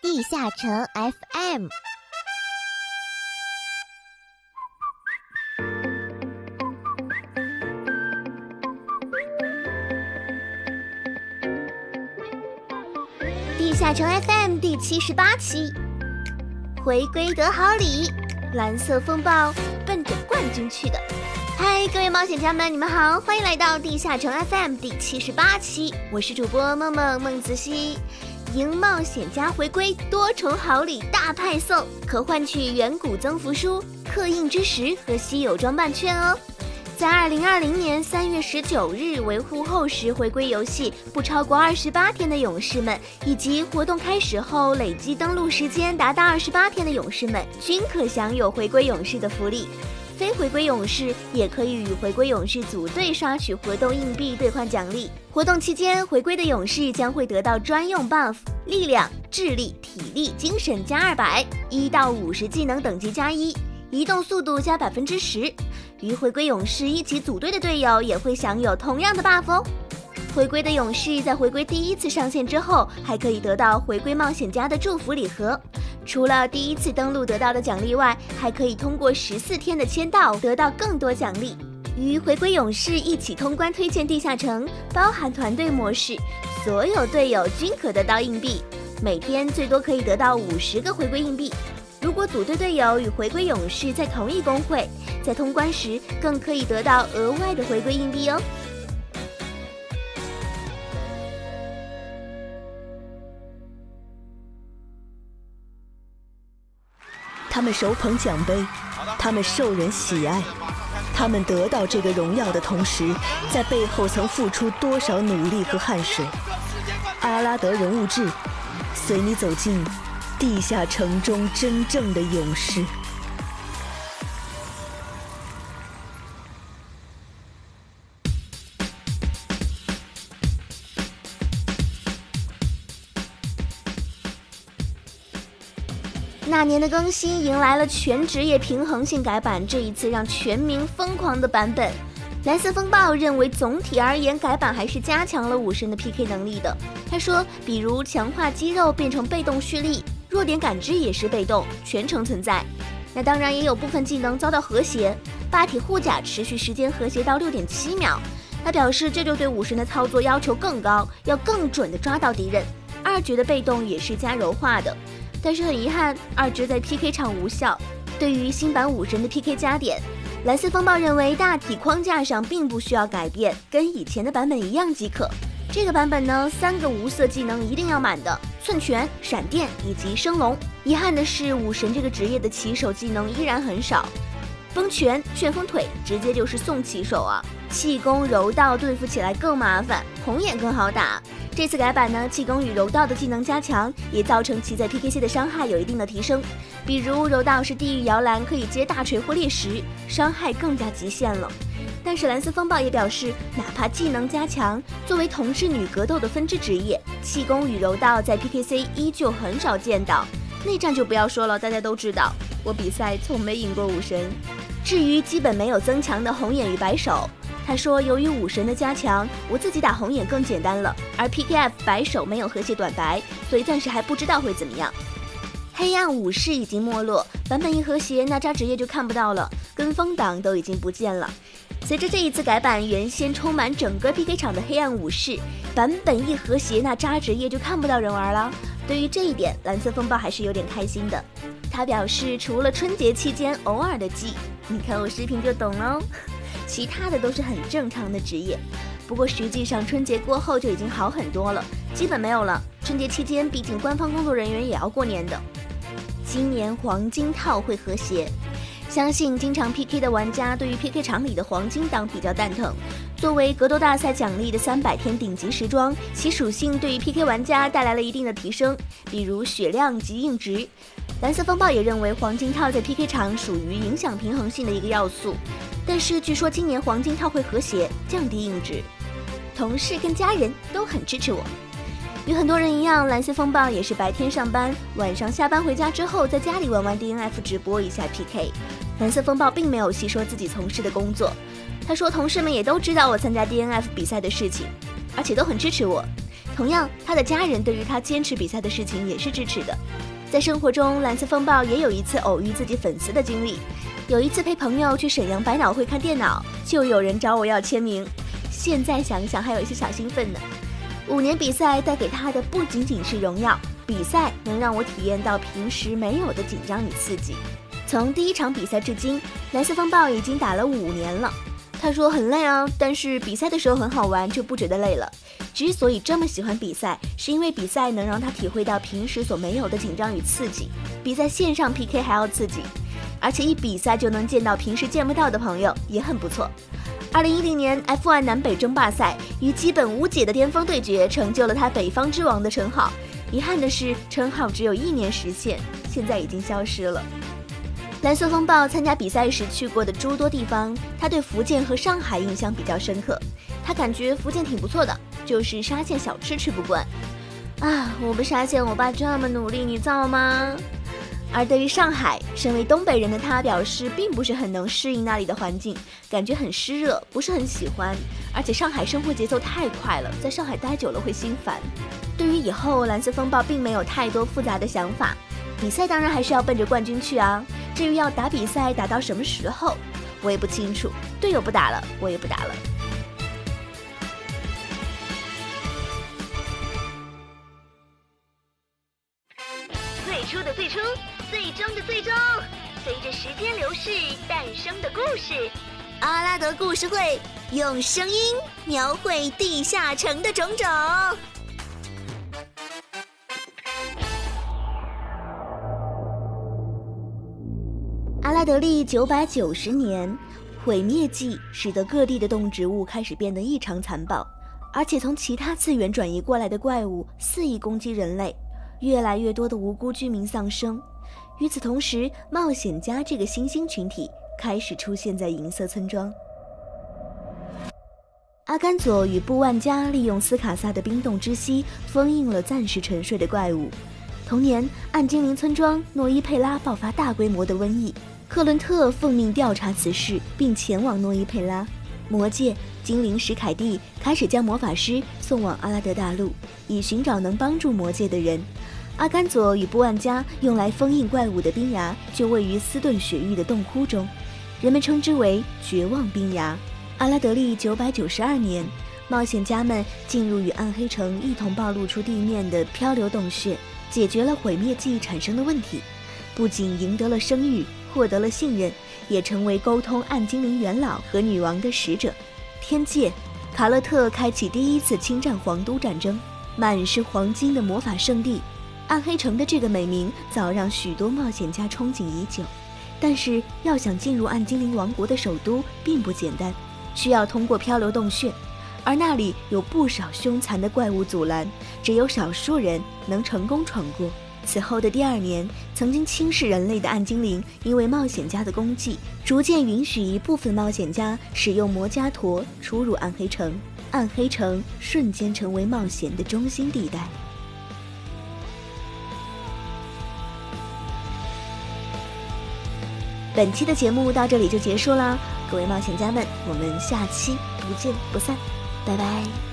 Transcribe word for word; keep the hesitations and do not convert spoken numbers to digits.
地下城 F M。地下城 F M 第七十八期，回归得好礼，蓝色风暴奔着冠军去的。嗨，各位冒险家们，你们好，欢迎来到地下城 F M 第七十八期，我是主播梦梦梦子熙。迎冒险家回归，多重好礼大派送，可换取远古增幅书、刻印之石和稀有装扮券哦。在二零二零年三月十九日维护后时回归游戏不超过二十八天的勇士们，以及活动开始后累计登录时间达到二十八天的勇士们，均可享有回归勇士的福利。非回归勇士也可以与回归勇士组队刷取活动硬币兑换奖励。活动期间，回归的勇士将会得到专用 buff， 力量、智力、体力、精神加二百，一到五十技能等级加一，移动速度加百分之十。与回归勇士一起组队的队友也会享有同样的 buff 哦。回归的勇士在回归第一次上线之后，还可以得到回归冒险家的祝福礼盒。除了第一次登录得到的奖励外，还可以通过十四天的签到得到更多奖励。与回归勇士一起通关推荐地下城，包含团队模式，所有队友均可得到硬币，每天最多可以得到五十个回归硬币。如果组队队友与回归勇士在同一公会，在通关时更可以得到额外的回归硬币哦。 他们手捧奖杯，他们受人喜爱，他们得到这个荣耀的同时，在背后曾付出多少努力和汗水。阿拉德人物志，随你走进地下城中真正的勇士。 那年的更新迎来了全职业平衡性改版，这一次让全民疯狂的版本。蓝色风暴认为总体而言改版还是加强了武神的 P K 能力的。他说，比如强化肌肉变成被动蓄力，弱点感知也是被动，全程存在。那当然也有部分技能遭到和谐，霸体护甲持续时间和谐到 六点七秒。他表示这就对武神的操作要求更高，要更准的抓到敌人。二绝的被动也是加柔化的。但是很遗憾，二绝在 P K 场无效。对于新版武神的 P K 加点，蓝色风暴认为大体框架上并不需要改变，跟以前的版本一样即可。这个版本呢，三个无色技能一定要满的，寸拳、闪电以及升龙。遗憾的是，武神这个职业的起手技能依然很少，崩拳、旋风腿直接就是送起手啊。气功、柔道对付起来更麻烦，红眼更好打。这次改版呢，气功与柔道的技能加强，也造成其在 P K C 的伤害有一定的提升。比如柔道是地狱摇篮，可以接大锤或猎石，伤害更加极限了。但是蓝色风暴也表示，哪怕技能加强，作为同是女格斗的分支职业，气功与柔道在 P K C 依旧很少见到。内战就不要说了，大家都知道，我比赛从没赢过武神。至于基本没有增强的红眼与白手，他说，由于武神的加强，我自己打红眼更简单了，而 P K F 白手没有和谐短白，所以暂时还不知道会怎么样。黑暗武士已经没落，版本一和谐，那扎职业就看不到了，跟风党都已经不见了。随着这一次改版，原先充满整个 P K 场的黑暗武士，版本一和谐，那扎职业就看不到人玩了。对于这一点，蓝色风暴还是有点开心的。他表示，除了春节期间偶尔的季，你看我视频就懂喽。其他的都是很正常的职业，不过实际上春节过后就已经好很多了，基本没有了。春节期间毕竟官方工作人员也要过年的。今年黄金套会和谐，相信经常 P K 的玩家对于 P K 场里的黄金档比较蛋疼。作为格斗大赛奖励的三百天顶级时装，其属性对于 P K 玩家带来了一定的提升，比如血量及硬直。蓝色风暴也认为黄金套在 P K 场属于影响平衡性的一个要素，但是据说今年黄金套会和谐，降低硬直。同事跟家人都很支持我。与很多人一样，蓝色风暴也是白天上班，晚上下班回家之后在家里玩玩 D N F 直播一下 P K。 蓝色风暴并没有细说自己从事的工作，他说同事们也都知道我参加 D N F 比赛的事情，而且都很支持我。 同样，他的家人对于他坚持比赛的事情也是支持的。在生活中，蓝色风暴也有一次偶遇自己粉丝的经历。有一次陪朋友去沈阳百脑汇看电脑，就有人找我要签名。现在想想还有一些小兴奋呢。五年比赛带给他的不仅仅是荣耀，比赛能让我体验到平时没有的紧张与刺激。从第一场比赛至今，蓝色风暴已经打了五年了。他说很累啊，但是比赛的时候很好玩，就不觉得累了。之所以这么喜欢比赛，是因为比赛能让他体会到平时所没有的紧张与刺激，比在线上 P K 还要刺激，而且一比赛就能见到平时见不到的朋友，也很不错。二零一零年 F 一 南北争霸赛与基本无解的巅峰对决，成就了他北方之王的称号。遗憾的是，称号只有一年实现，现在已经消失了。蓝色风暴参加比赛时去过的诸多地方，他对福建和上海印象比较深刻。他感觉福建挺不错的，就是沙县小吃吃不惯。啊，我们沙县我爸这么努力，你造吗？而对于上海，身为东北人的他表示并不是很能适应那里的环境，感觉很湿热，不是很喜欢。而且上海生活节奏太快了，在上海待久了会心烦。对于以后，蓝色风暴并没有太多复杂的想法。比赛当然还是要奔着冠军去啊。至于要打比赛打到什么时候，我也不清楚。队友不打了，我也不打了。 最初的最初，最终的最终，随着时间流逝诞生的故事。阿拉德故事会用声音描绘地下城的种种。 阿拉德利九百九十年，毁灭季使得各地的动植物开始变得异常残暴，而且从其他次元转移过来的怪物肆意攻击人类，越来越多的无辜居民丧生。与此同时，冒险家这个新兴群体开始出现在银色村庄。阿甘佐与布万加利用斯卡萨的冰冻之息封印了暂时沉睡的怪物。同年，暗精灵村庄诺伊佩拉爆发大规模的瘟疫，克伦特奉命调查此事，并前往诺伊佩拉。魔界精灵史凯蒂开始将魔法师送往阿拉德大陆，以寻找能帮助魔界的人。阿甘佐与布万加用来封印怪物的冰崖就位于斯顿雪域的洞窟中，人们称之为绝望冰崖。阿拉德利九百九十二年，冒险家们进入与暗黑城一同暴露出地面的漂流洞穴，解决了毁灭季产生的问题，不仅赢得了声誉，获得了信任，也成为沟通暗精灵元老和女王的使者。天界，卡勒特开启第一次侵占皇都战争，满是黄金的魔法圣地。暗黑城的这个美名早让许多冒险家憧憬已久，但是要想进入暗精灵王国的首都并不简单，需要通过漂流洞穴，而那里有不少凶残的怪物阻拦，只有少数人能成功闯过。此后的第二年，曾经轻视人类的暗精灵因为冒险家的功绩，逐渐允许一部分冒险家使用魔加陀出入暗黑城，暗黑城瞬间成为冒险的中心地带。本期的节目到这里就结束了，各位冒险家们，我们下期不见不散，拜拜。